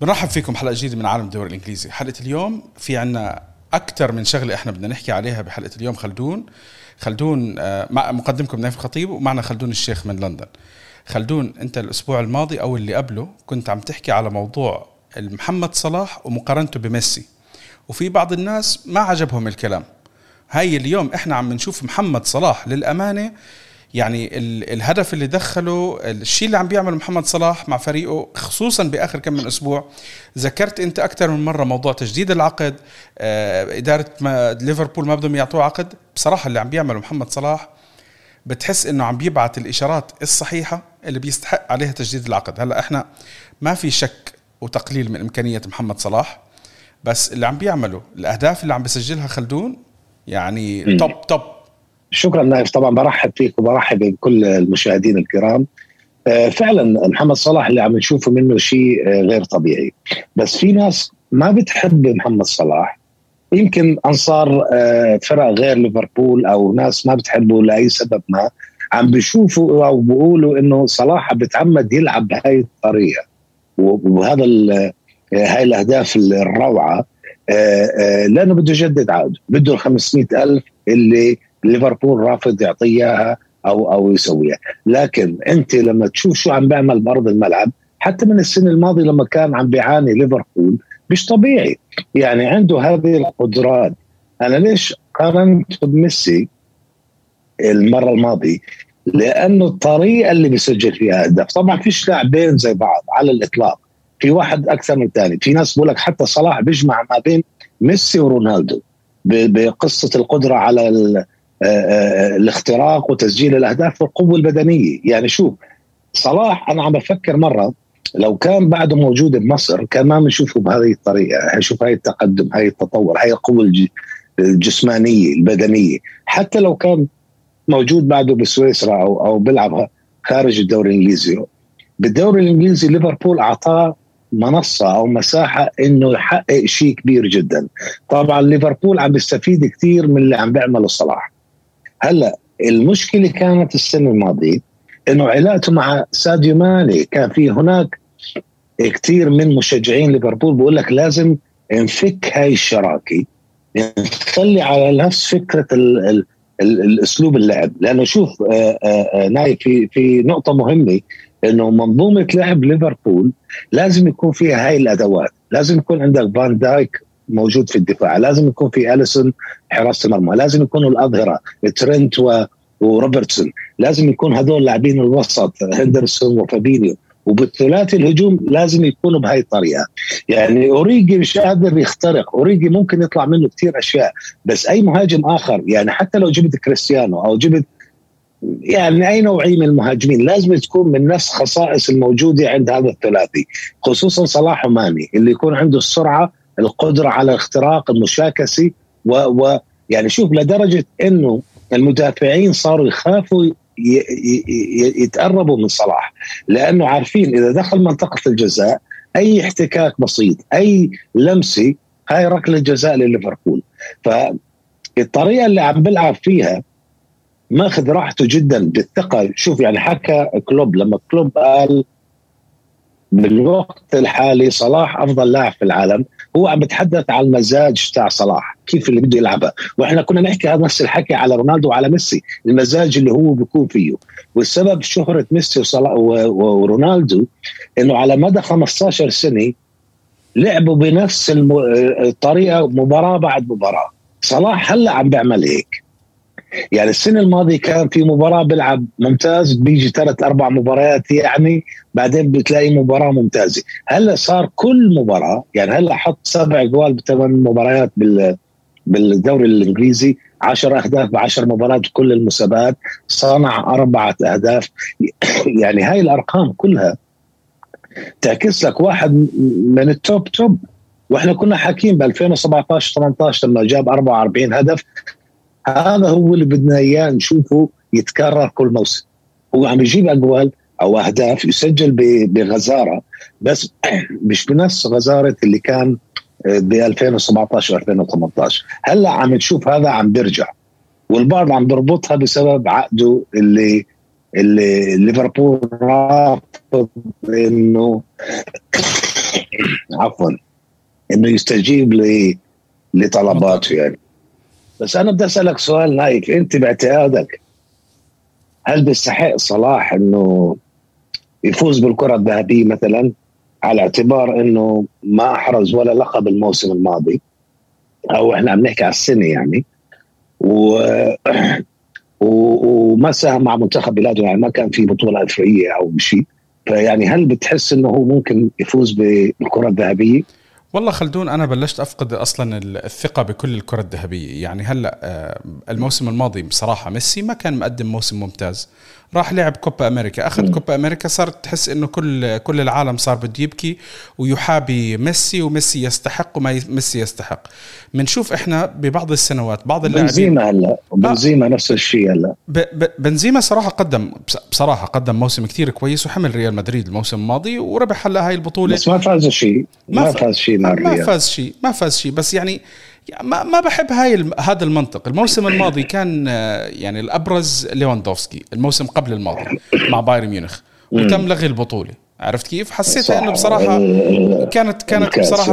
بنرحب فيكم حلقة جديدة من عالم الدوري الإنجليزي. حلقة اليوم في عنا أكتر من شغلة إحنا بدنا نحكي عليها بحلقة اليوم. خلدون مع مقدمكم نايف خطيب، ومعنا خلدون الشيخ من لندن. خلدون، أنت الأسبوع الماضي أو اللي قبله كنت عم تحكي على موضوع محمد صلاح ومقارنته بميسي، وفي بعض الناس ما عجبهم الكلام. هاي اليوم إحنا عم نشوف محمد صلاح للأمانة، يعني الهدف اللي دخله، الشيء اللي عم بيعمل محمد صلاح مع فريقه خصوصا بآخر كم من أسبوع. ذكرت أنت أكثر من مرة موضوع تجديد العقد، إدارة ليفربول ما بدهم يعطوه عقد. بصراحة اللي عم بيعمله محمد صلاح بتحس إنه عم بيبعت الإشارات الصحيحة اللي بيستحق عليها تجديد العقد. هلأ إحنا ما في شك وتقليل من إمكانية محمد صلاح، بس اللي عم بيعمله، الأهداف اللي عم بيسجلها خلدون يعني توب. شكرا نايف، طبعا برحب فيك وبرحب بكل المشاهدين الكرام. فعلا محمد صلاح اللي عم نشوفه منه شيء غير طبيعي، بس في ناس ما بتحب محمد صلاح، يمكن أنصار فرق غير ليفربول أو ناس ما بتحبه لأي سبب ما، عم بيشوفوا أو بيقولوا إنه صلاح بتعمد يلعب بهاي الطريقة وهذا هاي الأهداف الروعة، لأنه بده يجدد عقده، بده 500,000 اللي ليفربول رافض يعطيها أو يسويها. لكن أنت لما تشوف شو عم بيعمل بأرض الملعب، حتى من السنة الماضية لما كان عم بيعاني ليفربول، مش طبيعي. يعني عنده هذه القدرات. أنا ليش قارنت بميسي المرة الماضية؟ لأنه الطريقة اللي بيسجل فيها أهداف، طبعا فيش لاعبين زي بعض على الإطلاق، في واحد أكثر من الثاني. في ناس بقولك حتى صلاح بيجمع ما بين ميسي ورونالدو بقصة القدرة على الاختراق وتسجيل الأهداف والقوة البدنية. يعني شوف صلاح، أنا عم بفكر مرة لو كان بعده موجود بمصر كان ما بنشوفه بهذه الطريقة. هنشوف هاي التقدم، هاي التطور، هاي القوة الجسمانية البدنية. حتى لو كان موجود بعده بسويسرا أو بيلعب خارج الدوري الإنجليزي، بالدوري الإنجليزي ليفربول أعطاه منصة أو مساحة إنه يحقق شيء كبير جدا. طبعا ليفربول عم بيستفيد كتير من اللي عم بيعمله صلاح. هلا المشكلة كانت السنة الماضية إنه علاقته مع ساديو ماني، كان في هناك كتير من مشجعين ليفربول بقول لك لازم نفك هاي الشراكة، نخلي على نفس فكرة الأسلوب اللعب. لأنه شوف ناي في نقطة مهمة، إنه منظومة لعب ليفربول لازم يكون فيها هاي الأدوات. لازم يكون عندك فان دايك موجود في الدفاع، لازم يكون في أليسون حراسة المرمى، لازم يكونوا الأظهرة ترينت وروبرتسون، لازم يكون هذول لاعبين الوسط هندرسون وفابينيو، وبالثلاثي الهجوم لازم يكونوا بهاي الطريقة. يعني أوريجي مش قادر يخترق، أوريجي ممكن يطلع منه كتير أشياء، بس أي مهاجم آخر، يعني حتى لو جبت كريستيانو أو جبت يعني أي نوعية من المهاجمين، لازم تكون من نفس خصائص الموجودة عند هذا الثلاثي، خصوصا صلاح وماني، اللي يكون عنده السرعة، القدرة على الاختراق، المشاكسة يعني شوف لدرجة إنه المدافعين صاروا يخافوا يتقربوا من صلاح، لأنه عارفين إذا دخل منطقة الجزاء أي احتكاك بسيط، أي لمسة، هاي ركلة جزاء لليفربول. فالطريقة اللي عم بلعب فيها ماخذ راحته جدا بالثقة. شوف يعني حكى كلوب، لما كلوب قال بالوقت الحالي صلاح أفضل لاعب في العالم، هو عم بتحدث على المزاج تاع صلاح، كيف اللي بده يلعبها. وإحنا كنا نحكي هذا نفس الحكي على رونالدو وعلى ميسي، المزاج اللي هو بيكون فيه. والسبب شهرة ميسي ورونالدو إنه على مدى 15 سنة لعبوا بنفس الطريقة مباراة بعد مباراة. صلاح هلأ عم بيعمل هيك. يعني السنة الماضية كان في مباراة بيلعب ممتاز، بيجي 3-4 مباريات يعني بعدين بتلاقي مباراة ممتازة. هلا صار كل مباراة، يعني هلا حط 7 جوال ب8 مباريات بالدوري الإنجليزي، 10 أهداف ب10 مباريات بكل المسابقات، صنع 4 أهداف. يعني هاي الأرقام كلها تعكس لك واحد من التوب. واحنا كنا حاكين ب 2017-18 لما جاب 44 هدف. هذا هو اللي بدنا اياه نشوفه يتكرر كل موسم. هو عم يجيب اجوال او اهداف، يسجل بغزاره، بس مش بنفس غزاره اللي كان ب 2017 و2018. هلا عم نشوف هذا عم بيرجع، والبعض عم بربطها بسبب عقده اللي ليفربول رافض انه عفوا انه يستجيب لطلباته يعني. بس انا بدي اسالك سؤال نايف، انت باعتقادك هل بيستحق صلاح انه يفوز بالكرة الذهبية مثلا، على اعتبار انه ما احرز ولا لقب الموسم الماضي، او احنا عم نحكي على السنة يعني، وما ساهم مع منتخب بلاده، يعني ما كان في بطولة افريقية او شيء، فيعني هل بتحس انه هو ممكن يفوز بالكرة الذهبية؟ والله خلدون، أنا بلشت أفقد أصلا الثقة بكل الكرة الذهبية. يعني هلأ الموسم الماضي بصراحة ميسي ما كان مقدم موسم ممتاز، راح لعب كوبا أمريكا، أخذ كوبا أمريكا، صارت تحس إنه كل العالم صار بده يبكي ويحابي ميسي، وميسي يستحق وما ميسي يستحق. منشوف إحنا ببعض السنوات بعض اللاعبين، بنزيما هلا بنزيما نفس الشيء هلا. بنزيما صراحة قدم موسم كتير كويس، وحمل ريال مدريد الموسم الماضي وربح هلا هاي البطولة، بس ما فاز شيء، ما فاز شيء. بس يعني ما بحب هذا المنطق. الموسم الماضي كان يعني الأبرز ليواندوفسكي الموسم قبل الماضي مع بايرن ميونخ، وتم لغي البطولة. عرفت كيف؟ حسيتها انه بصراحة كانت بصراحة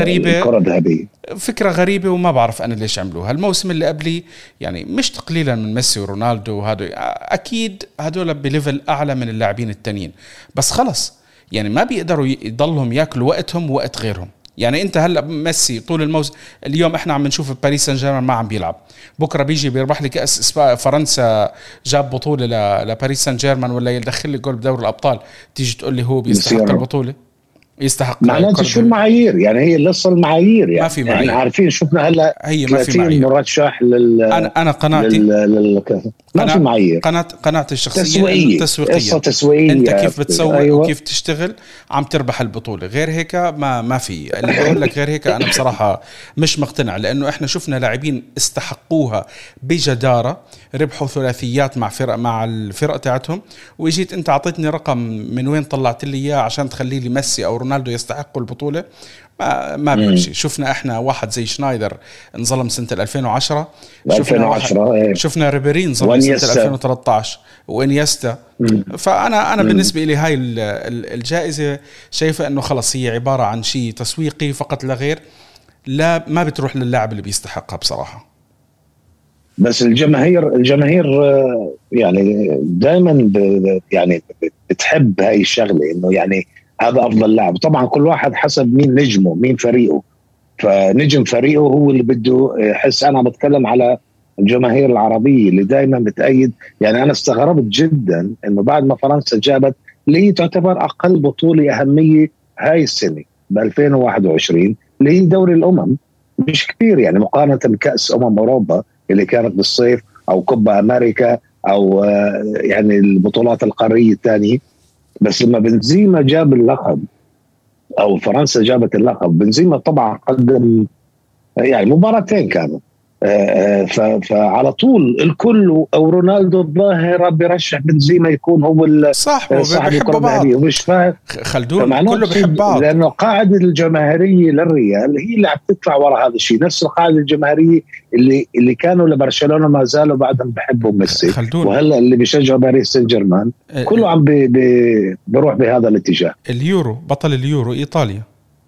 فكرة غريبة وما بعرف انا ليش عملوها. الموسم اللي قبلي يعني مش تقليلا من ميسي ورونالدو، وهذا اكيد هدول بليفل اعلى من اللاعبين التانيين، بس خلص يعني ما بيقدروا يضلهم ياكلوا وقتهم وقت غيرهم. يعني انت هلا ميسي طول الموسم، اليوم احنا عم نشوف باريس سان جيرمان ما عم بيلعب، بكره بيجي بيربح لي كاس فرنسا، جاب بطوله لباريس سان جيرمان، ولا يدخل لي جول بدوري الابطال، تيجي تقول لي هو بيستحق البطوله؟ يستحق. معناته شو المعايير؟ يعني هي لسه المعايير يعني ما في معايير. يعني عارفين، شفنا هلا هي ما في معايير. مرشح انا قناعتي ما في معايير. قناعتي الشخصيه تسويقيه. انت كيف بتسوق أيوة. وكيف تشتغل عم تربح البطوله، غير هيك ما في. اللي بقول لك غير هيك انا بصراحه مش مقتنع، لانه احنا شفنا لاعبين استحقوها بجداره، ربحوا ثلاثيات مع الفرق تاعتهم، واجيت انت اعطيتني رقم من وين طلعت لي اياه عشان تخلي لي ميسي او رونالدو يستحقوا البطوله؟ ما بيمشي. شفنا احنا واحد زي شنايدر انظلم سنة 2010، شفنا ريبيري انظلم سنة 2013 وانيستا. فأنا بالنسبة لي هاي الجائزة شايفة انه خلص هي عبارة عن شيء تسويقي فقط لا غير، لا ما بتروح للاعب اللي بيستحقها بصراحة. بس الجماهير يعني دائما يعني بتحب هاي الشغلة، انه يعني هذا أفضل لاعب. طبعا كل واحد حسب مين نجمه، مين فريقه، فنجم فريقه هو اللي بده يحس. أنا بتكلم على الجماهير العربية اللي دايما بتأيد. يعني أنا استغربت جدا إنه بعد ما فرنسا جابت اللي تعتبر أقل بطولة أهمية هاي السنة ب 2021 اللي هي دوري الأمم، مش كثير يعني مقارنة بكأس أوروبا اللي كانت بالصيف، أو كوبا أمريكا، أو يعني البطولات القارية الثانية. بس لما بنزيما جاب اللقب او فرنسا جابت اللقب، بنزيما طبعا قدم يعني مباراتين كانوا، فعلى طول الكل او رونالدو الظاهره برشح بنزيما يكون هو صاحب بيحبوا بعض، ومش فاهم خلدون كله بيحب بعض، لانه قاعده الجماهيريه للريال هي اللي عم تدفع وراء هذا الشيء. نفس القاعده الجماهيريه اللي كانوا لبرشلونه ما زالوا بعدهم بيحبوا ميسي، وهلا اللي بيشجعوا باريس سان جيرمان كله عم بيروح بهذا الاتجاه. اليورو، بطل اليورو ايطاليا،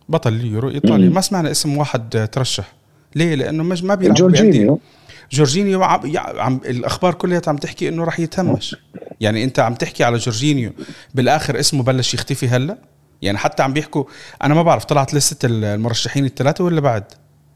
ما سمعنا اسم واحد ترشح. ليه؟ لانه ما بيلعب جورجينيو عم الاخبار كلها عم تحكي انه راح يتهمش. يعني انت عم تحكي على جورجينيو بالاخر اسمه بلش يختفي هلا. يعني حتى عم بيحكوا، انا ما بعرف طلعت لستة المرشحين الثلاثه ولا بعد؟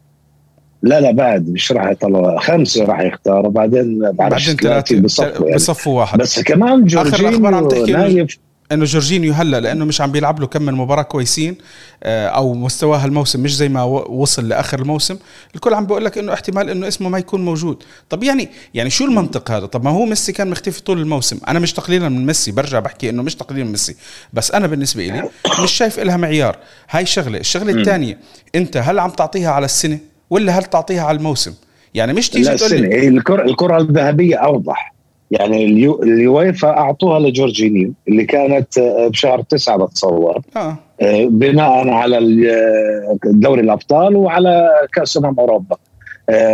لا بعد مش راح يطلعوا 5 راح يختاروا، بعدين 3 بصفوا واحد. بس كمان جورجينيو عم تحكي انه جورجينيو هلا لانه مش عم بيلعب له كم من مباراه كويسين، او مستواه الموسم مش زي ما وصل لاخر الموسم، الكل عم بيقول لك انه احتمال انه اسمه ما يكون موجود. طب يعني شو المنطق هذا؟ طب ما هو ميسي كان مختفي طول الموسم. انا مش تقليلا من ميسي، برجع بحكي انه مش تقليلا من ميسي، بس انا بالنسبه لي مش شايف لها معيار. هاي الشغله الثانيه، انت هل عم تعطيها على السنه ولا هل تعطيها على الموسم؟ يعني مش تيجي تقول لي الكره الذهبيه اوضح. يعني اليويفا أعطوها لجورجينيو اللي كانت بشهر 9 بتصور، بناء على دوري الأبطال وعلى كأس أوروبا.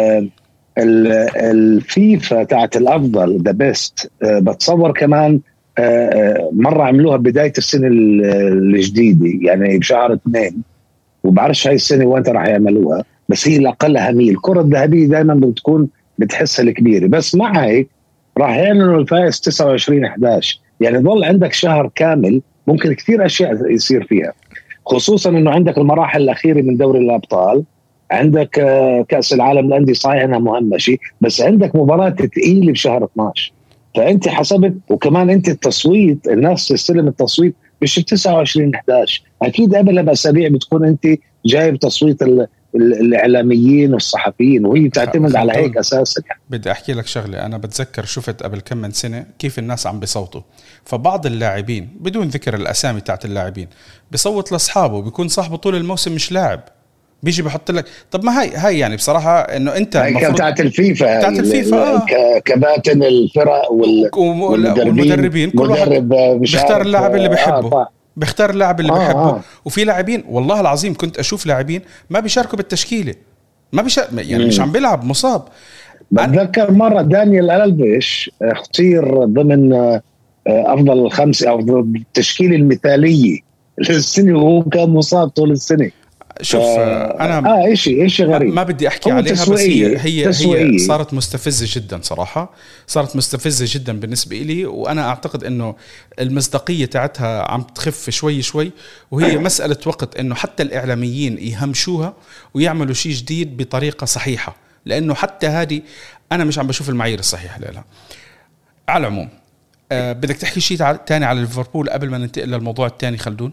الفيفا تاعت الأفضل ذا بيست بتصور كمان مرة عملوها بداية السنة الجديدة يعني بشهر 2، وبعرفش هاي السنة وين راح يعملوها، بس هي الأقل أهمية. الكرة الذهبية دائما بتكون بتحسها الكبيرة، بس مع هيك راح يعملوا الفائز 29/11، يعني ضل عندك شهر كامل ممكن كثير أشياء يصير فيها، خصوصا أنه عندك المراحل الأخيرة من دوري الأبطال، عندك كأس العالم للأندية، صحيح أنها مهمة شيء، بس عندك مباراة ثقيلة بشهر 12. فأنت حسبت، وكمان أنت التصويت الناس تستلم التصويت مش 29/11، أكيد قبلها بأسابيع بتكون أنت جايب تصويت الإعلاميين والصحفيين، وهي بتعتمد على هيك أساسا. بدي أحكي لك شغلة، أنا بتذكر شفت قبل كم من سنة كيف الناس عم بيصوتوا، فبعض اللاعبين بدون ذكر الأسامي تاعت اللاعبين بيصوت لأصحابه، بيكون صاحبه طول الموسم مش لاعب، بيجي بحط لك. طب ما هاي يعني بصراحة إنه أنت المفروض بتاعت الفيفا، بتاعت الفيفا كباتن الفرق والمدربين، كل واحد بيختار اللاعب اللي بيحبه، بيختار اللاعب اللي بيحبه. وفي لاعبين والله العظيم كنت أشوف لاعبين ما بيشاركوا بالتشكيلة، ما يعني مش عم بيلعب، مصاب. بتذكر مرة دانيال ألفيش اختير ضمن أفضل 5 أو التشكيلة المثالية للسنة، وهو كان مصاب طول السنة. شوف انا إشي غريب، ما بدي احكي عليها، بس هي صارت مستفزه جدا صراحه، صارت مستفزه جدا بالنسبه لي، وانا اعتقد انه المصداقيه تاعتها عم تخف شوي شوي، وهي مساله وقت انه حتى الاعلاميين يهمشوها ويعملوا شيء جديد بطريقه صحيحه، لانه حتى هذه انا مش عم بشوف المعايير الصحيحه لها. على العموم بدك تحكي شيء تاني على ليفربول قبل ما ننتقل للموضوع الثاني خلدون؟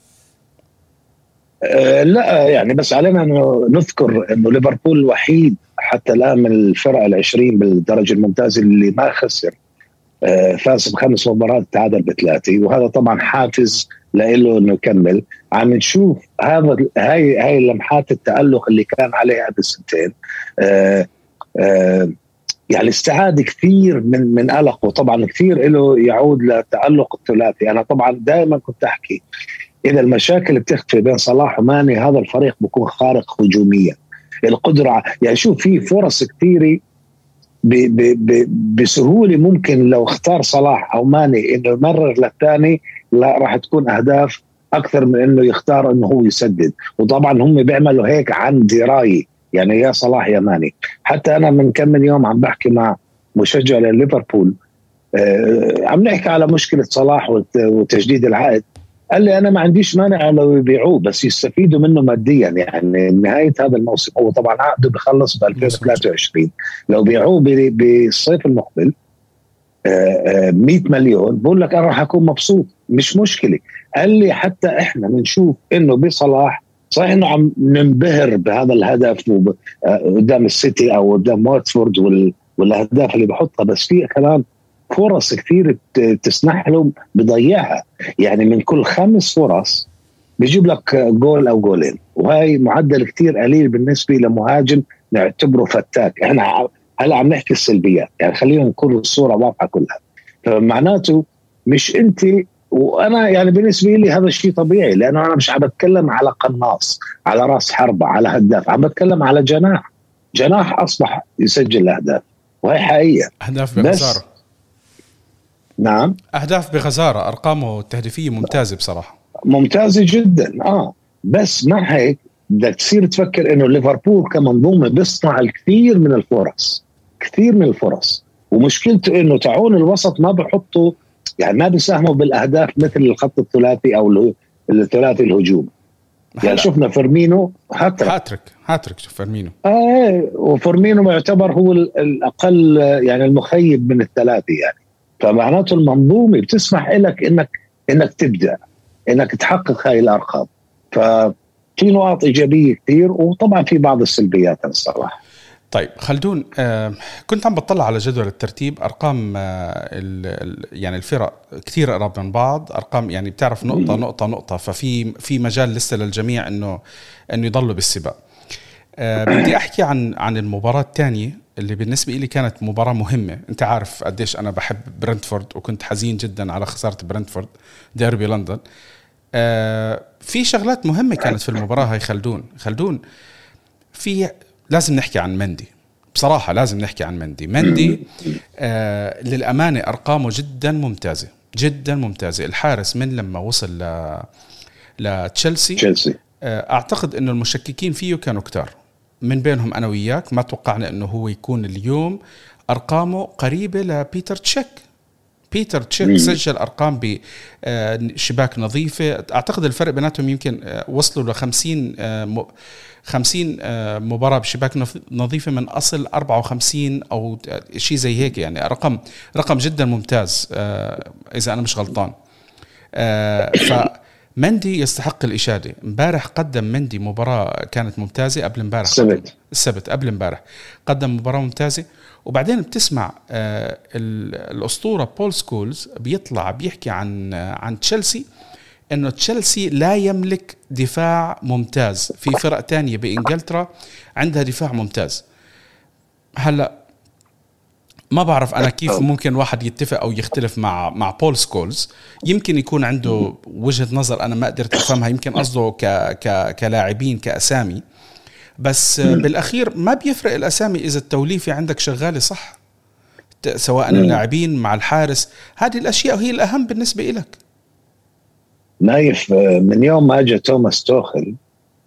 لا يعني بس علينا أنه نذكر أنه ليفربول الوحيد حتى الآن من الفرق 20 بالدرجة الممتازة اللي ما خسر، فاز ب5 مباريات تعادل ب3، وهذا طبعا حافز له انه يكمل. عم نشوف هاي لمحات التألق اللي كان عليها بالسنتين، يعني استعاد كثير من قلقه، طبعا كثير له يعود لتألق الثلاثي. انا طبعا دائما كنت احكي إذا المشاكل بتختفي بين صلاح وماني هذا الفريق بيكون خارق هجوميا. القدرة يعني شوف في فرص كثيرة بسهولة ممكن لو اختار صلاح أو ماني إنه يمرر للثاني، لا راح تكون أهداف أكثر من إنه يختار إنه هو يسدد. وطبعا هم بيعملوا هيك عن دراية، يعني يا صلاح يا ماني. حتى أنا من كم من يوم عم بحكي مع مشجع لليفربول، عم نحكي على مشكلة صلاح وتجديد العقد، قال لي أنا ما عنديش مانع لو يبيعوه بس يستفيدوا منه ماديا، يعني نهاية هذا الموسم هو طبعا عقده بخلص ب 2023، لو بيعوه بالصيف المقبل 100 مليون بقول لك أنا راح أكون مبسوط، مش مشكلة. قال لي حتى إحنا بنشوف إنه بصلاح صحيح إنه عم ننبهر بهذا الهدف قدام السيتي أو قدام واتفورد والأهداف اللي بحطها، بس في كلام فرص كثير تسنح له بضيعها، يعني من كل 5 فرص بيجيب لك جول أو جولين، وهي معدل كثير قليل بالنسبة لمهاجم نعتبره فتاك. احنا هلا عم نحكي السلبيات، يعني خلينا نكون الصورة واضحة كلها. فمعناته مش انت وانا، يعني بالنسبة لي هذا الشيء طبيعي، لانه انا مش عم بتكلم على قناص على راس حربة على هداف، عم بتكلم على جناح اصبح يسجل الاهداف، وهي حقيقة اهداف بغزارة. نعم أهداف بغزارة، أرقامه التهديفية ممتازة بصراحة، ممتازة جدا. بس مع هيك بدك تصير تفكر إنه ليفربول كمنظومة بيصنع الكثير من الفرص، ومشكلته إنه تعون الوسط ما بحطوا، يعني ما بيساهموا بالأهداف مثل الخط الثلاثي أو الثلاثي الهجوم. يعني شفنا فيرمينو هاتريك فيرمينو، وفيرمينو يعتبر هو الأقل يعني المخيب من الثلاثي، يعني فمعناته المنظومة بتسمح لك إنك تبدأ، إنك تحقق هاي الأرقام. ففي نقاط إيجابية كتير، وطبعا في بعض السلبيات الصراحة. طيب خلدون، كنت عم بطلع على جدول الترتيب، أرقام يعني الفرق كتير قرب من بعض، أرقام يعني بتعرف نقطة، ففي مجال لسه للجميع إنه يضلوا بالسباق. بدي أحكي عن المباراة الثانية اللي بالنسبة لي كانت مباراة مهمة. أنت عارف قديش أنا بحب برنتفورد، وكنت حزين جدا على خسارة برنتفورد ديربي لندن. في شغلات مهمة كانت في المباراة هاي خلدون. لازم نحكي عن مندي، بصراحة لازم نحكي عن مندي. للأمانة أرقامه جدا ممتازة، جدا ممتازة. الحارس من لما وصل لتشيلسي أعتقد أنه المشككين فيه كانوا كتار، من بينهم أنا وياك ما توقعنا أنه هو يكون اليوم أرقامه قريبة لبيتر تشيك. بيتر تشيك سجل أرقام بشباك نظيفة، أعتقد الفرق بيناتهم يمكن وصلوا ل50 مباراة بشباك نظيفة من أصل 54 أو شيء زي هيك، يعني رقم جدا ممتاز إذا أنا مش غلطان. فمندي يستحق الإشادة. امبارح قدم مندي مباراة كانت ممتازة، قبل امبارح السبت قبل امبارح قدم مباراة ممتازة. وبعدين بتسمع الأسطورة بول سكولز بيطلع بيحكي عن تشيلسي، إنه تشيلسي لا يملك دفاع ممتاز، في فرق تانية بإنجلترا عندها دفاع ممتاز. هلأ ما بعرف أنا كيف ممكن واحد يتفق أو يختلف مع بول سكولز، يمكن يكون عنده وجهة نظر أنا ما قدرت أفهمها، يمكن قصده كلاعبين كأسامي، بس بالأخير ما بيفرق الأسامي إذا التوليفة عندك شغالة صح، سواء اللاعبين مع الحارس، هذه الأشياء هي الأهم بالنسبة إلك. نايف من يوم ما أجى توماس توخل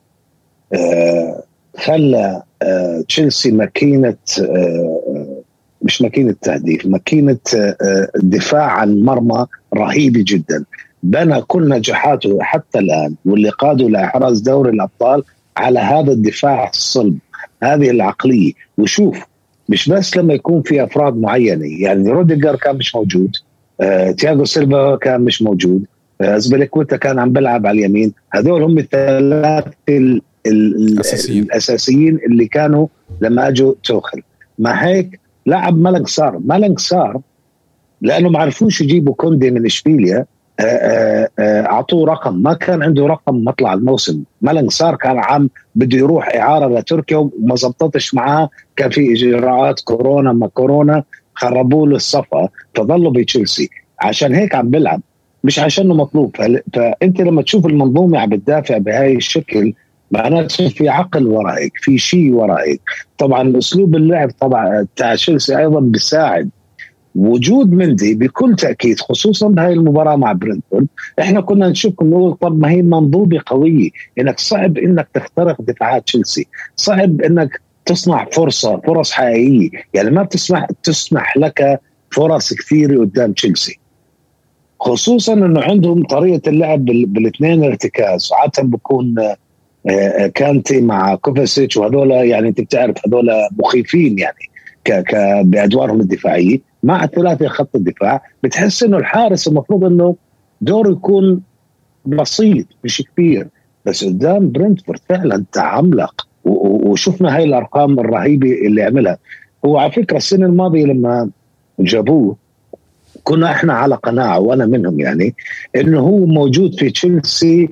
خلى تشيلسي ماكينة، مش ماكينة تهديف، ماكينة دفاع عن المرمى رهيبة جدا. بنى كل نجاحاته حتى الآن واللي قادوا لإحراز دوري الأبطال على هذا الدفاع الصلب، هذه العقلية. وشوف مش بس لما يكون في أفراد معينة، يعني روديجر كان مش موجود، تياغو سيلفا كان مش موجود، أزبيليكويتا كان عم بلعب على اليمين، هذول هم الثلاثة الأساسيين اللي كانوا لما أجوا توخل. ما هيك لعب مالنج صار لأنه ما عرفوش يجيبوا كوندي من إشبيليا، أعطوه رقم ما كان عنده رقم مطلع الموسم. مالنج صار كان عام بده يروح إعارة لتركيا وما زبطتش معاه، كان في إجراءات كورونا ما كورونا خربوا له الصفقة، فظلوا بتشيلسي. عشان هيك عم بلعب مش عشانه مطلوب. فأنت لما تشوف المنظومة عم بتدافع بهاي الشكل معناته في عقل ورائك، في شيء ورائك. طبعا أسلوب اللعب طبعا تاع تشيلسي أيضا بيساعد وجود مندي بكل تأكيد، خصوصا بهاي المباراة مع برينتفورد. احنا كنا نشوف انه طب ما هي منظومة قوية، انك صعب انك تخترق دفاعات تشيلسي، صعب انك تصنع فرص حقيقية، يعني ما تسمح لك فرص كثيرة قدام تشيلسي، خصوصا انه عندهم طريقة اللعب بالاثنين ارتكاز، عادة بكون كانتي مع كوفاسيتش، وهذول يعني انت بتعرف هذول مخيفين يعني بأدوارهم الدفاعية مع ثلاثة خط الدفاع. بتحس انه الحارس المفروض انه دوره يكون بسيط مش كبير، بس قدام برينتفورد فعلا تعملق، وشفنا هاي الارقام الرهيبة اللي عملها. هو على فكرة السنة الماضية لما جابوه كنا احنا على قناعة وانا منهم، يعني انه هو موجود في تشيلسي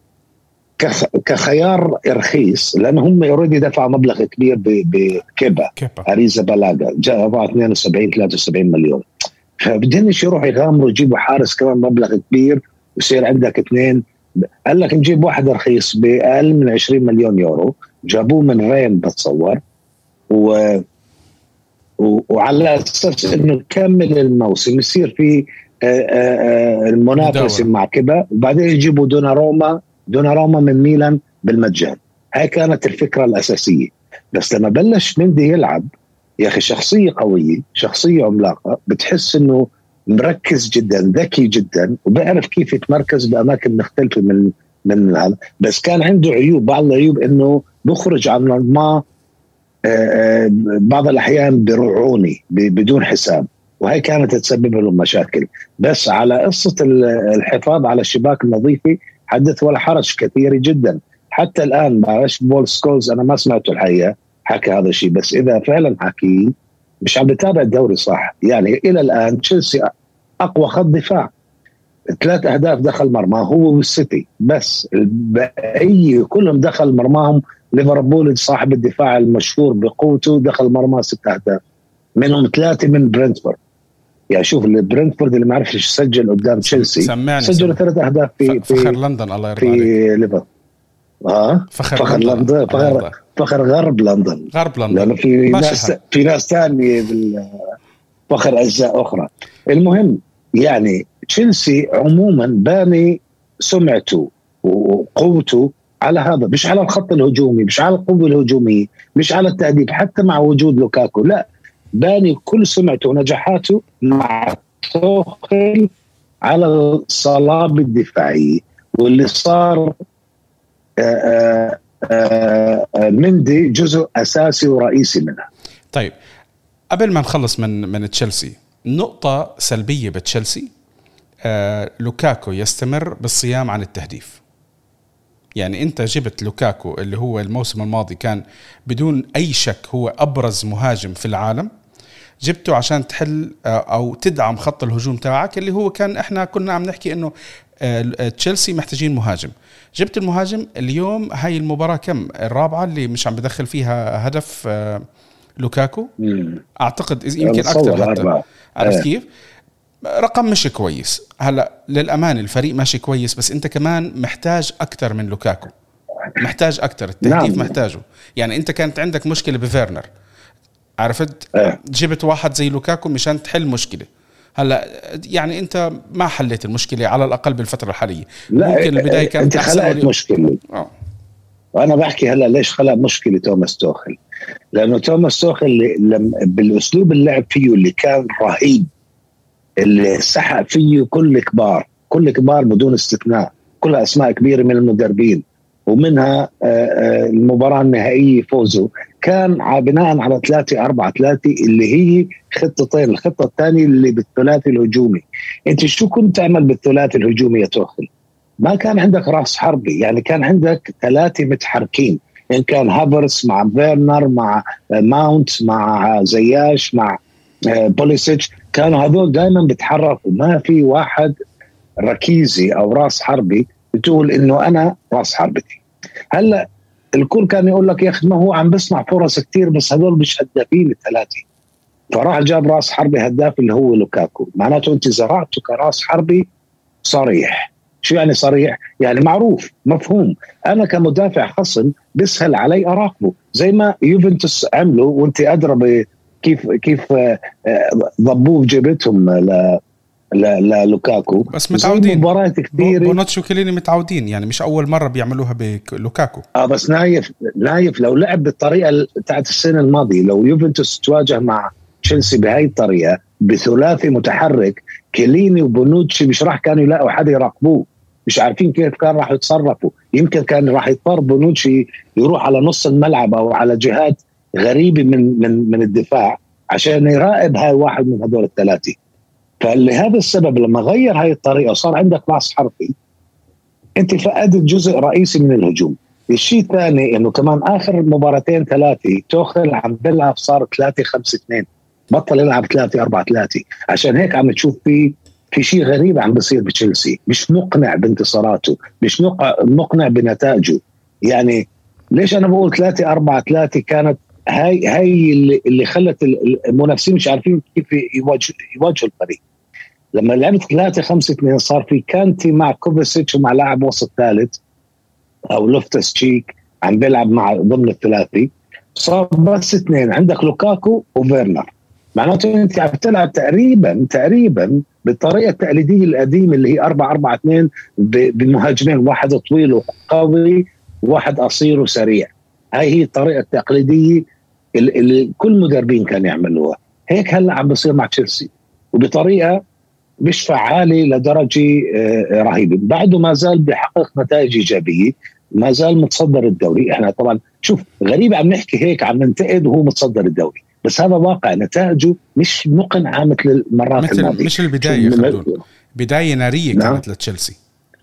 كخيار رخيص، لأن هم يريد دفع مبلغ كبير بكيبا أريزا بلاغا، جاء 72-73 مليون، فبدهنش يروح يغامروا يجيبوا حارس كمان مبلغ كبير ويصير عندك اثنين. قال لك نجيب واحد رخيص بأقل من 20 مليون يورو، جابوه من رين بتصور، وعلى أساس إنه نكمل الموسم يصير في المنافسة مع كيبا، وبعدين يجيبوا دوناروما من ميلان بالمجان. هاي كانت الفكرة الأساسية. بس لما بلش مندي يلعب يا أخي شخصية قوية، شخصية عملاقة، بتحس إنه مركز جدا، ذكي جدا، وبيعرف كيف يتمركز بأماكن مختلفة من هذا. بس كان عنده عيوب، بعض العيوب إنه بخرج عن الماء بعض الأحيان برعوني بدون حساب، وهي كانت تسبب لهم مشاكل. بس على قصة الحفاظ على الشباك النظيفة حدث ولا حرج كثير جدا. حتى الآن معلش بول سكولز أنا ما سمعته الحقيقة حكى هذا الشيء، بس إذا فعلا حكي مش عم بتابع الدوري صح. يعني إلى الآن تشيلسي أقوى خط دفاع، 3 أهداف دخل مرمى هو والسيتي، بس البقية كلهم دخل مرماهم. ليفربول صاحب الدفاع المشهور بقوته دخل مرمى 6 أهداف، منهم 3 من برينتفورد. يعني شوف برينتفورد اللي ما عرفش يسجل قدام تشيلسي سجلوا 3 أهداف في فخر لندن، الله يرضى عليك، في ليفربول. فخر لندن، فخر غرب لندن، لأنه في ناس ثانية فخر أجزاء أخرى. المهم يعني تشيلسي عموما باني سمعته وقوته على هذا، مش على الخط الهجومي، مش على القوة الهجومية، مش على التأديب حتى مع وجود لوكاكو، لا باني كل سمعته ونجاحاته مع توخيل على الصلابة الدفاعية، واللي صار مندي جزء أساسي ورئيسي منها. طيب قبل ما نخلص من تشيلسي، نقطة سلبية بتشيلسي لوكاكو يستمر بالصيام عن التهديف. يعني انت جبت لوكاكو اللي هو الموسم الماضي كان بدون اي شك هو ابرز مهاجم في العالم، جبته عشان تحل او تدعم خط الهجوم تبعك اللي هو كان احنا كنا عم نحكي انه تشيلسي محتاجين مهاجم. جبت المهاجم. اليوم هاي المباراة كم الرابعة اللي مش عم بدخل فيها هدف لوكاكو، اعتقد يمكن اكثر حتى. عرفت كيف؟ رقم مش كويس. هلا للأمان الفريق ماشي كويس، بس انت كمان محتاج اكثر من لوكاكو، محتاج اكثر التهديف. نعم. محتاجه. يعني انت كانت عندك مشكلة بفيرنر، عرفت؟ جبت واحد زي لوكاكو مشان تحل مشكلة. هلا يعني انت ما حليت المشكلة على الأقل بالفترة الحالية. ممكن البداية كانت انت خلقت مشكلة. وانا بحكي هلا ليش خلق مشكلة توماس توخيل، لانه توماس توخيل بالاسلوب اللعب فيه اللي كان رهيب، اللي سحق فيه كل كبار بدون استثناء، كلها أسماء كبيرة من المدربين، ومنها المباراة النهائية فوزه كان بناء على 3-4-3 اللي هي خطتين. الخطة الثانية اللي بالثلاثي الهجومي. انت شو كنت تعمل بالثلاثي الهجومي يا توخيل؟ ما كان عندك راس حربي، يعني كان عندك 3 متحركين، إن كان هافرس مع فيرنر مع ماونت مع زياش مع بوليسيتش، كانوا هذول دائما بيتحركوا، ما في واحد ركيزي او راس حربي بتقول انه انا راس حربتي. هلا الكل كان يقول لك يا اخي ما هو عم بصنع فرص كتير، بس هذول مش هدافين الثلاثه، فراح جاب راس حربي هداف اللي هو لوكاكو. معناته انت زرعته كراس حربي صريح. شو يعني صريح؟ يعني معروف مفهوم. انا كمدافع خصم بسهل علي اراقبه زي ما يوفنتوس عملوا، وانت ادرى كيف ضبوه جبتهم لوكاكو. بس متعودين مباريات كثيره، بونوتشي وكليني متعودين، يعني مش اول مره بيعملوها بلوكاكو. بس نايف لو لعب بالطريقه بتاعت السنه الماضيه، لو يوفنتوس تواجه مع تشيلسي بهاي الطريقه بثلاثي متحرك، كليني وبونوتشي مش راح كانوا يلاقوا حدا يراقبوه، مش عارفين كيف كان راح يتصرفوا. يمكن كان راح يضطر بونوتشي يروح على نص الملعب او على جهات غريبة من الدفاع عشان يراقب هاي واحد من هدول الثلاثة. فلهذا السبب لما غير هاي الطريقة وصار عندك راس حربي، انت فقدت جزء رئيسي من الهجوم. الشيء الثاني انه كمان اخر مباراتين 3 توخيل عم بيلعب صار 3-5-2، بطل يلعب 3-4-3. عشان هيك عم تشوف في شيء غريب عم بيصير بتشيلسي، مش مقنع بانتصاراته، مش مقنع بنتائجه. يعني ليش انا بقول 3-4-3 كانت هاي اللي خلت المنافسين مش عارفين كيف يواجهوا الفريق. لما لعبت 3-5-2 صار في كانتي مع كوفاسيتش ومع لاعب وسط ثالث او لوفتس تشيك عم بيلعب مع ضمن الثلاثي، صار بس 2 عندك لوكاكو وفيرنر. معناته انت عم تلعب تقريبا بالطريقه التقليديه القديمه اللي هي 4-4-2 بمهاجمين، واحد طويل وقوي وواحد قصير وسريع. هاي هي الطريقه التقليديه اللي كل مدربين كانوا يعملوها. هيك هلا عم بصير مع تشيلسي وبطريقه مش فعاله لدرجه رهيبه. بعده ما زال بيحقق نتائج ايجابيه، ما زال متصدر الدوري. احنا طبعا شوف غريب عم نحكي هيك عم ننتقد وهو متصدر الدوري، بس هذا واقع. نتائجه مش مقنعه مثل المرات الماضيه. مش البدايه خلدون، بدايه ناريه كانت لتشيلسي.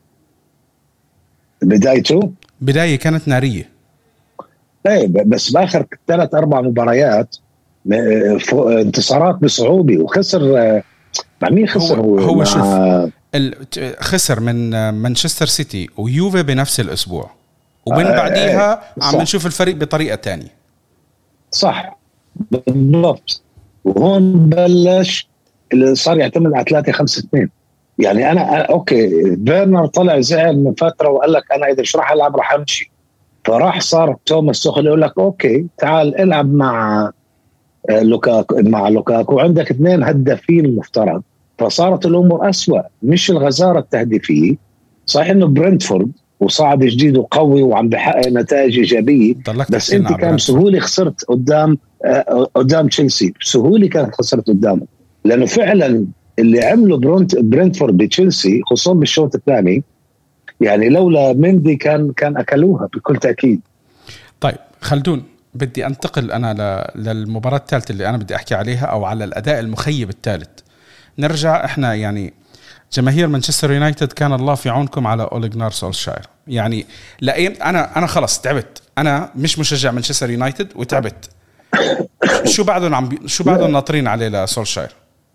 بداية كانت ناريه. ايه بس باخر 3-4 مباريات انتصارات بصعوبه، وخسر مع مين؟ خسر هو شوف خسر من مانشستر سيتي ويوفي بنفس الأسبوع، ومن بعديها عم نشوف الفريق بطريقة تانية. صح بالضبط. وهون بلش اللي صار يعتمد على 3-5-2. يعني أنا أوكي فيرنر طلع زعل من فترة وقال لك أنا إذا مش راح ألعب راح أمشي، فراح صار توماس توخيل يقول لك أوكي تعال العب مع لوكاكو. عندك 2 هدافين المفترض، فصارت الامور أسوأ، مش الغزاره التهديفيه. صحيح انه برنتفورد وصاعد جديد وقوي وعم بحقق نتائج ايجابيه، بس انت كان بسهوله خسرت قدام تشيلسي، بسهوله كانت خسرت قدامه، لانه فعلا اللي عمله برنتفورد بتشيلسي خصوصا بالشوط الثاني، يعني لولا مندي كان اكلوها بكل تاكيد. طيب خلدون، بدي انتقل انا للمباراه الثالثه اللي انا بدي احكي عليها، او على الاداء المخيب الثالث. نرجع احنا يعني جماهير مانشستر يونايتد، كان الله في عونكم على أولي جنار سولشاير. يعني لأين أنا خلص تعبت، أنا مش مشجع مانشستر يونايتد وتعبت. شو بعدهم ناطرين عليه لسولشاير؟